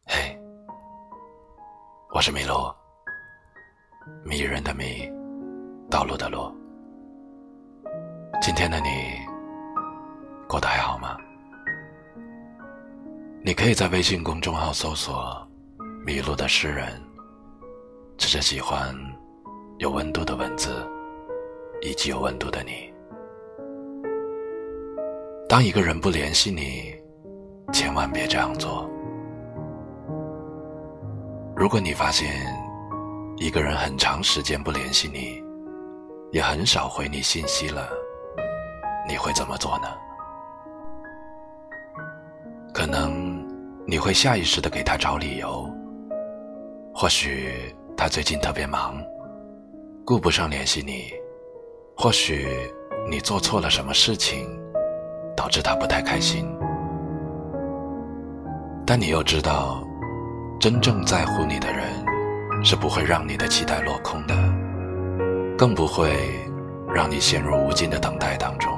嘿，我是麋鹿，迷人的迷，道路的路。今天的你过得还好吗？你可以在微信公众号搜索麋鹿的诗人，只是喜欢有温度的文字以及有温度的你。当一个人不联系你，千万别这样做。如果你发现一个人很长时间不联系你，也很少回你信息了，你会怎么做呢？可能你会下意识地给他找理由，或许他最近特别忙，顾不上联系你，或许你做错了什么事情，导致他不太开心。但你又知道，真正在乎你的人是不会让你的期待落空的，更不会让你陷入无尽的等待当中。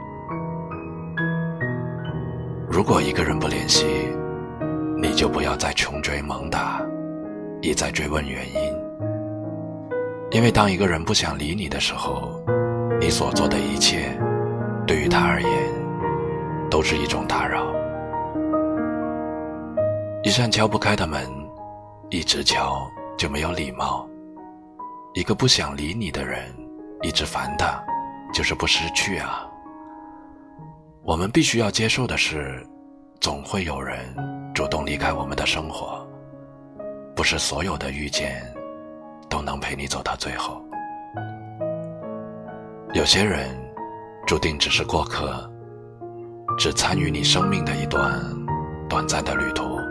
如果一个人不联系，你就不要再穷追猛打，一再追问原因。因为当一个人不想理你的时候，你所做的一切对于他而言都是一种打扰。一扇敲不开的门，一直敲就没有礼貌。一个不想理你的人，一直烦他，就是不识趣啊。我们必须要接受的是，总会有人主动离开我们的生活，不是所有的遇见都能陪你走到最后。有些人注定只是过客，只参与你生命的一段短暂的旅途。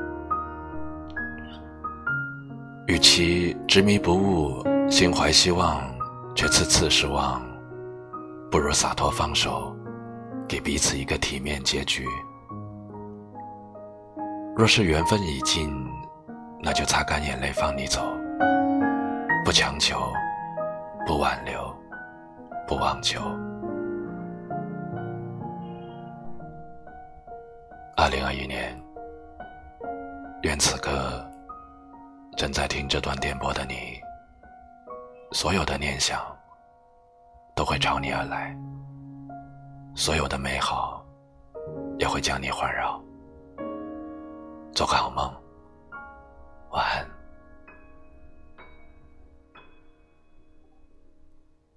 与其执迷不悟，心怀希望却次次失望，不如洒脱放手，给彼此一个体面结局。若是缘分已尽，那就擦干眼泪放你走，不强求，不挽留，不妄求。2021年，愿此刻正在听这段电波的你，所有的念想都会朝你而来，所有的美好也会将你环绕。做个好梦，晚安。